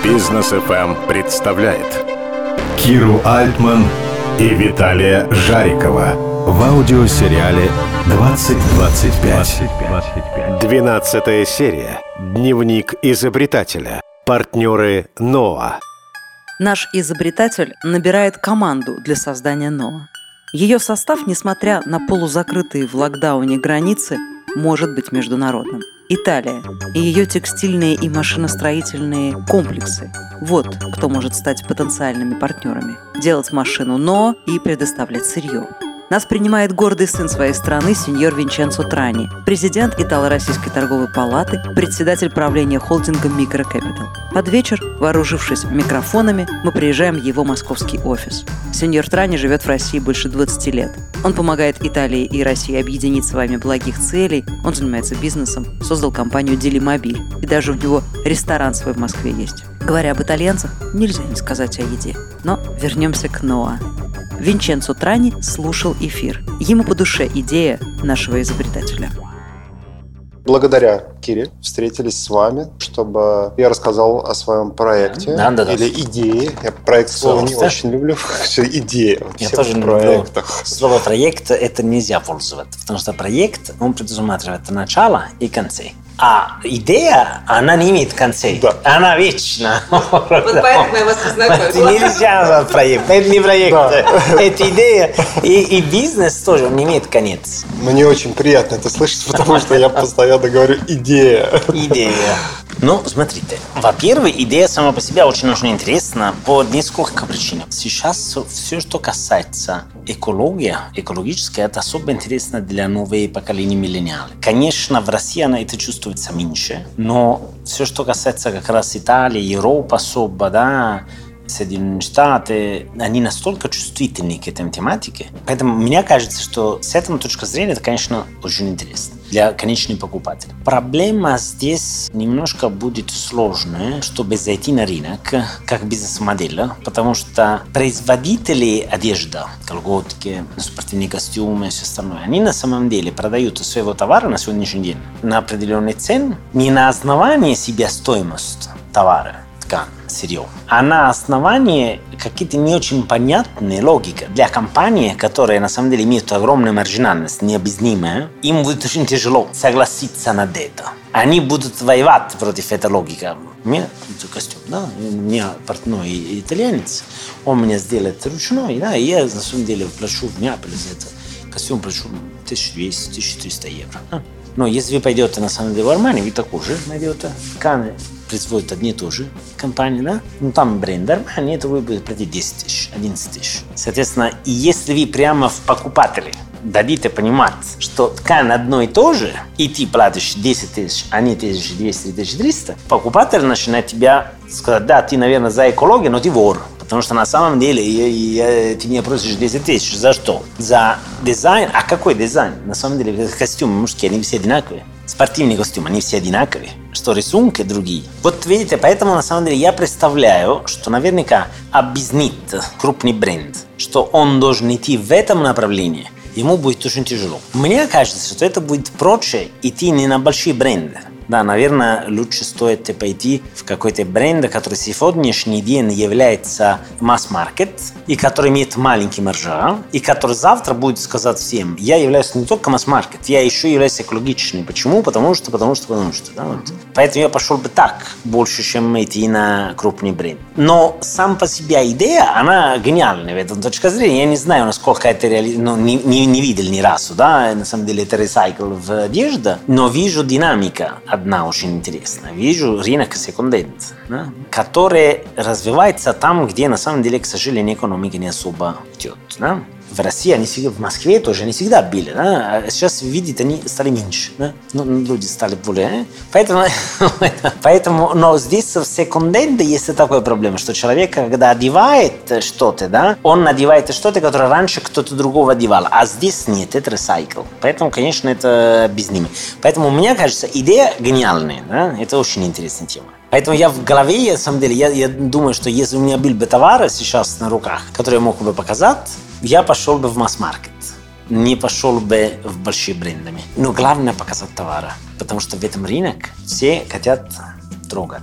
Бизнес ФМ представляет Киру Альтман и Виталия Жарикова в аудиосериале «2025». 12-я серия. Дневник изобретателя. Партнеры НОА. Наш изобретатель набирает команду для создания НОА. Ее состав, несмотря на полузакрытые в локдауне границы, может быть международным. Италия и ее текстильные и машиностроительные комплексы. Вот кто может стать потенциальными партнерами. Делать машину НОА и предоставлять сырье. Нас принимает гордый сын своей страны, сеньор Винченцо Трани, президент Итало-Российской торговой палаты, председатель правления холдинга Микрокэпитал. Под вечер, вооружившись микрофонами, мы приезжаем в его московский офис. Сеньор Трани живет в России больше 20 лет. Он помогает Италии и России объединиться во имя благих целей. Он занимается бизнесом, создал компанию «Делимобиль». И даже у него ресторан свой в Москве есть. Говоря об итальянцах, нельзя не сказать о еде. Но вернемся к НОА. Винченцо Трани слушал эфир. Ему по душе идея нашего изобретателя. Благодаря Кире встретились с вами, чтобы я рассказал о своем проекте или идее. Я проект слово не очень люблю. Все идея. Я тоже не люблю. Слово проект это нельзя пользоваться, потому что проект он предусматривает начало и концы. А идея, она не имеет концей. Да. Она вечна. Вот поэтому я вас познакомила. Нельзя назвать проект. Это не проект. Да. Это идея. И бизнес тоже не имеет конец. Мне очень приятно это слышать, потому что я постоянно говорю идея. Идея. Ну, смотрите. Во-первых, идея сама по себе очень-очень интересна по нескольким причинам. Сейчас все, что касается экологии, экологическое, это особо интересно для новых поколений миллениалов. Конечно, в России она это чувствуется меньше, но все, что касается как раз Италии, Европы особо, да, Соединенные Штаты, они настолько чувствительны к этой тематике. Поэтому мне кажется, что с этой точки зрения это, конечно, очень интересно для конечных покупателей. Проблема здесь немножко будет сложная, чтобы зайти на рынок как бизнес-модель, потому что производители одежды, колготки, спортивные костюмы и все остальное, они на самом деле продают своего товара на сегодняшний день на определенный цен не на основании себестоимости товара, ткань, сырье, а на основании какие-то не очень понятные логики для компании, которые на самом деле имеют огромную маржинальность, необъяснимая, им будет очень тяжело согласиться на это. Они будут воевать против этой логики. У меня костюм, да, у меня партнер итальянец, он мне сделает ручной, да, и я на самом деле плачу в Неаполе за это. Костюм плачу 1200-1300 евро. Да. Но если вы пойдете на самом деле в Армани, вы такой же найдете. Ткани производят одни и то же компании, да? Ну там бренд Армани, это вы будете платить 10 тысяч, 11 тысяч. Соответственно, и если вы прямо в покупателе дадите понимать, что ткань одно и то же, и ты платишь 10 тысяч, а не 1200, 1300, покупатель начинает тебя сказать, да, ты, наверное, за экологию, но ты вор. Потому что на самом деле ты мне просишь 10 тысяч. За что? За дизайн. А какой дизайн? На самом деле костюмы мужские, они все одинаковые. Спортивные костюмы, они все одинаковые. Что рисунки другие. Вот видите, поэтому на самом деле я представляю, что наверняка объяснить крупный бренд, что он должен идти в этом направлении, ему будет очень тяжело. Мне кажется, что это будет проще идти не на большие бренды. Да, наверное, лучше стоит пойти в какой-то бренд, который сегодняшний день является масс-маркет, и который имеет маленький маржа, и который завтра будет сказать всем, я являюсь не только масс-маркет, я еще являюсь экологичным. Почему? Потому что. Да, вот. Поэтому я пошел бы так, больше, чем идти на крупный бренд. Но сам по себе идея, она гениальная в этом точке зрения. Я не знаю, насколько это реально, не видел ни разу, да, на самом деле это ресайкл в одежде, но вижу динамика одна очень интересная. Вижу рынок секонд-хенд, да, который развивается там, где на самом деле, к сожалению, экономика не особо идет. Да. В России они всегда, в Москве тоже они всегда были, да? А сейчас, видите, они стали меньше, да? Ну, люди стали более, поэтому, но здесь в секонд-хенде есть такая проблема, что человек, когда одевает что-то, да, он надевает что-то, которое раньше кто-то другого одевал, а здесь нет, это ресайкл. Поэтому, конечно, это без ними. Поэтому, мне кажется, идея гениальная, да? Это очень интересная тема. Поэтому я в голове, на самом деле, я думаю, что если у меня был бы товар сейчас на руках, который я мог бы показать, я пошел бы в масс-маркет. Не пошел бы в большие брендами. Но главное показать товара. Потому что в этом рынке все хотят трогать.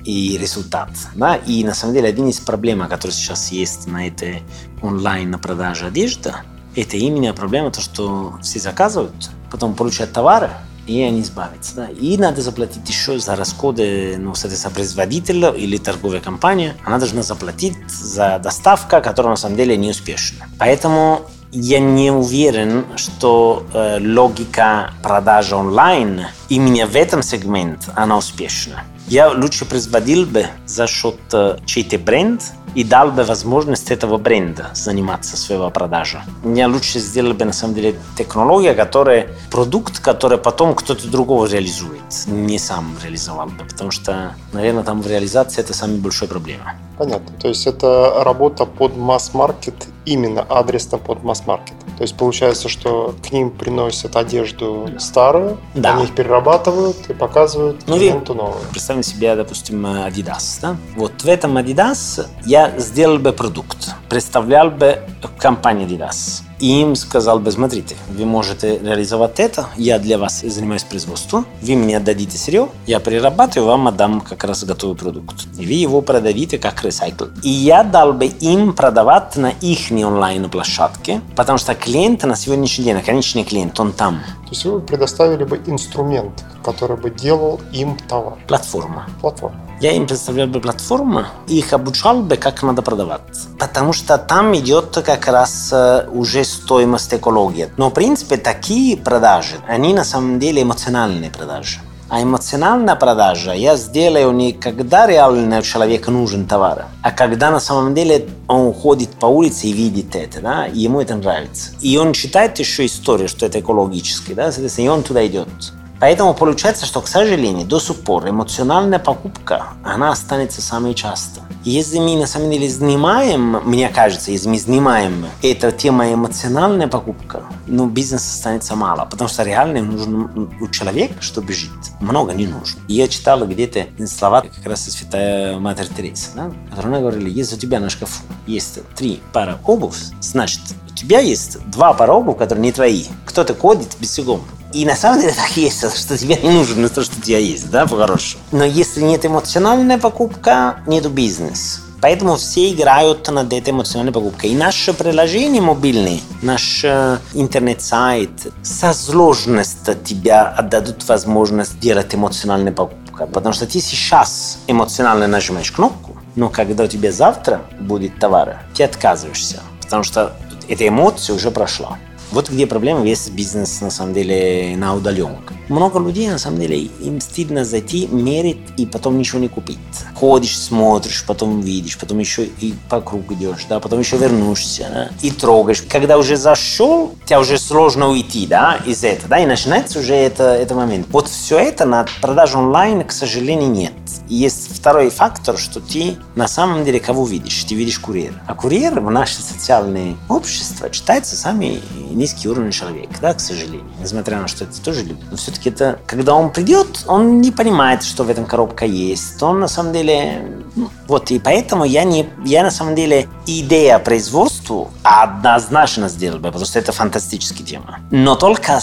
и результат. Да? И на самом деле один из проблем, который сейчас есть на этой онлайн-продаже одежды, это именно проблема, то, что все заказывают, потом получают товары, и они избавятся. Да? И надо заплатить еще за расходы, соответственно, производителя или торговая компания. Она должна заплатить за доставку, которая на самом деле не успешна. Поэтому я не уверен, что логика продажи онлайн именно в этом сегменте она успешна. Я лучше производил бы за счет чей-то бренд и дал бы возможность этого бренда заниматься своей продажей. Я лучше сделал бы, на самом деле, технология, продукт, который потом кто-то другого реализует, не сам реализовал бы, потому что, наверное, там в реализации это самая большая проблема. Понятно. То есть это работа под масс-маркет, именно адресно под масс-маркет. То есть получается, что к ним приносят одежду старую, да. Они их перерабатывают и показывают клиенту новую. Представим себе, допустим, Adidas. Да? Вот в этом Adidas я сделал бы продукт, представлял бы компанию Adidas. И им сказал бы, смотрите, вы можете реализовать это, я для вас занимаюсь производством, вы мне отдадите сырье, я перерабатываю, вам отдам как раз готовый продукт. И вы его продадите как ресайкл. И я дал бы им продавать на их онлайн-площадке, потому что клиент на сегодняшний день, конечный клиент, он там. То есть вы предоставили бы инструмент, который бы делал им товар? Платформа. Я им представлял бы платформу, их обучал бы, как надо продавать. Потому что там идет как раз уже стоимость экологии. Но, в принципе, такие продажи, они на самом деле эмоциональные продажи. А эмоциональная продажа я сделаю не когда реально человеку нужен товар, а когда на самом деле он ходит по улице и видит это, да, и ему это нравится. И он читает еще историю, что это экологически, да, соответственно, и он туда идет. Поэтому получается, что, к сожалению, до сих пор эмоциональная покупка, она останется самой часто. Если мы на самом деле снимаем, мне кажется, если мы снимаем эту тему эмоциональная покупка, бизнес останется мало, потому что реально нужно у человека, чтобы жить, много не нужно. И я читал где-то слова как раз Святая Матерь Тереза, да, которая говорила, если у тебя на шкафу есть 3 пары обуви, значит, у тебя есть 2 пары обуви, которые не твои. Кто-то ходит босиком. И на самом деле так есть, что тебе не нужно то, что у тебя есть, да, по-хорошему. Но если нет эмоциональной покупки, нет бизнеса. Поэтому все играют над этой эмоциональной покупкой. И наше приложение мобильное, наш интернет-сайт, со сложностью тебя отдадут возможность делать эмоциональную покупку. Потому что ты сейчас эмоционально нажимаешь кнопку, но когда у тебя завтра будет товар, ты отказываешься. Потому что эта эмоция уже прошла. Вот где проблема весь бизнес, на самом деле, на удаленке. Много людей, на самом деле, им стыдно зайти, мерить и потом ничего не купить. Ходишь, смотришь, потом видишь, потом еще и по кругу идешь, да, потом еще вернешься, да, и трогаешь. Когда уже зашел, тебе уже сложно уйти, да, из этого, да, и начинается уже это момент. Вот все это на продаже онлайн, к сожалению, нет. И есть второй фактор, что ты на самом деле кого видишь? Ты видишь курьера. А курьер в наше социальное общество считается самый низкий уровень человека, да, к сожалению. Несмотря на что это тоже любит. Но все-таки это, когда он придет, он не понимает, что в этом коробка есть. Он на самом деле... Вот, и поэтому я на самом деле идея производства однозначно сделал бы, потому что это фантастическая тема. Но только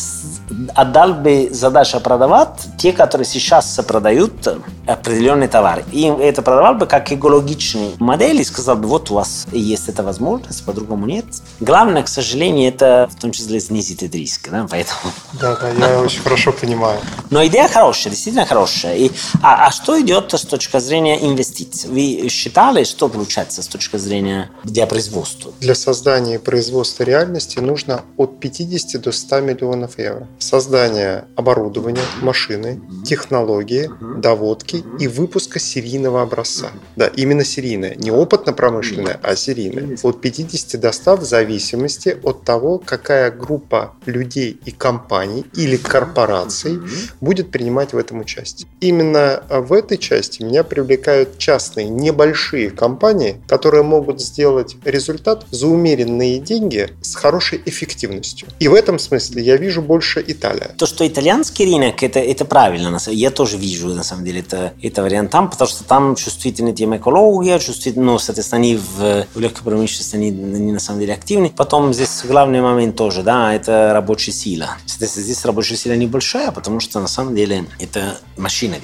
отдал бы задачу продавать те, которые сейчас продают определенный товар. И это продавал бы как экологичные модели и сказал бы, вот у вас есть эта возможность, по-другому нет. Главное, к сожалению, это в том числе снизить этот риск. Да? Поэтому... Да, я очень хорошо понимаю. Но идея хорошая, действительно хорошая. А что идет с точки зрения инвестиций? Вы считали, что получается с точки зрения для производства? Для создания и производства реальности нужно от 50 до 100 миллионов евро. Создание оборудования, машины, технологии, доводки и выпуска серийного образца. Да, именно серийное. Не опытно-промышленное, а серийное. От 50 до 100 в зависимости от того, какая группа людей и компаний или корпораций будет принимать в этом участие. Именно в этой части меня привлекают частные, небольшие компании, которые могут сделать результат за умеренные деньги с хорошей эффективностью. И в этом смысле я вижу больше Италия. То, что итальянский рынок, это правильно. Я тоже вижу, на самом деле, это вариант там, потому что там чувствительная тема экология, соответственно, они в легкой промышленности, они на самом деле активны. Потом здесь главный момент тоже, да, это рабочая сила. Соответственно, здесь рабочая сила небольшая, потому что на самом деле это машина делает.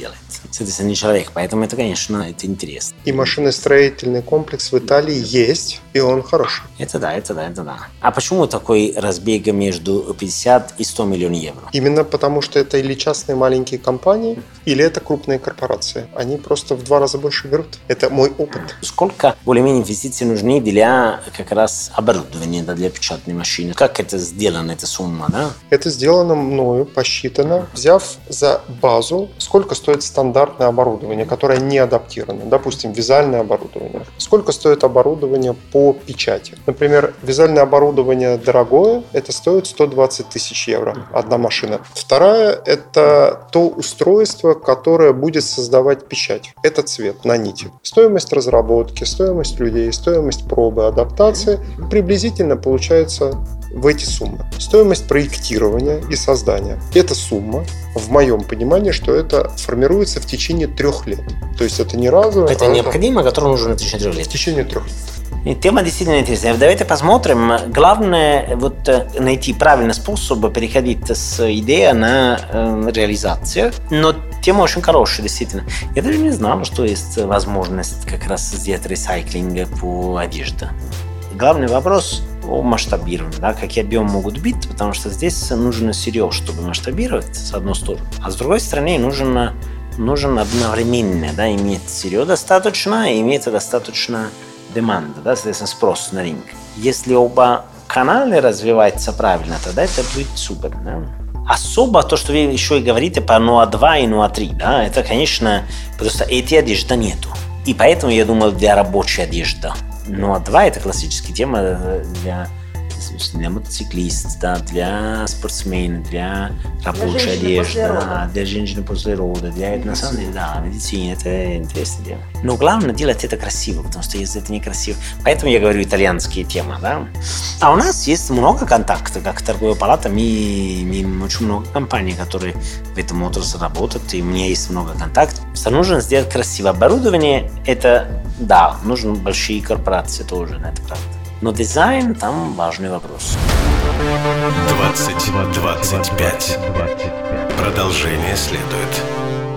Соответственно, не человек. Поэтому это, конечно, это интересно. И машиностроительный комплекс в Италии есть, и он хороший. Это да. А почему такой разбег между 50 и 100 миллионов евро? Именно потому, что это или частные маленькие компании, или это крупные корпорации. Они просто в 2 раза больше берут. Это мой опыт. Сколько более-менее инвестиций нужны для как раз оборудования, для печатной машины? Как это сделано, эта сумма, да? Это сделано мною, посчитано, взяв за базу, сколько стоит стандартное оборудование, которое не адаптировано. Допустим, вязальное оборудование. Сколько стоит оборудование по печати? Например, вязальное оборудование дорогое, это стоит 120 тысяч евро, одна машина. Вторая – это то устройство, которое будет создавать печать. Это цвет на нити. Стоимость разработки, стоимость людей, стоимость пробы, адаптации приблизительно получается в эти суммы. Стоимость проектирования и создания. Эта сумма, в моем понимании, что это формируется в течение 3 лет. То есть это не разово. Это необходимо, которое нужно в течение 3 лет. В течение 3 лет. И тема действительно интересная. Давайте посмотрим. Главное найти правильный способ переходить с идеи на реализацию. Но тема очень хорошая, действительно. Я даже не знал, что есть возможность как раз сделать ресайклинг по одежде. Главный вопрос о масштабировании, да, какие объемы могут быть, потому что здесь нужно сырье, чтобы масштабировать, с одной стороны. А с другой стороны, нужен одновременно, да, иметь сырье достаточно и иметь достаточно деманда, да, соответственно, спрос на рынке. Если оба канала развиваются правильно, тогда это будет супер. Да? Особо то, что вы еще и говорите по NOA 2 и NOA 3, да, это, конечно, потому что этой одежды нету. И поэтому я думал, для рабочей одежды. NOA 2 это классическая тема для мотоциклистов, да, для спортсменов, для рабочей одежды, для женщин после рода, на самом деле, да, медицина, это интересная тема. Но главное делать это красиво, потому что если это некрасиво, поэтому я говорю итальянские темы, да. А у нас есть много контактов, как торговая палата, мы имеем очень много компаний, которые в этом отрасли работают, и у меня есть много контактов. Что нужно сделать красивое оборудование, это, да, нужны большие корпорации тоже, это правда. Но дизайн там важный вопрос. 2025. Продолжение следует.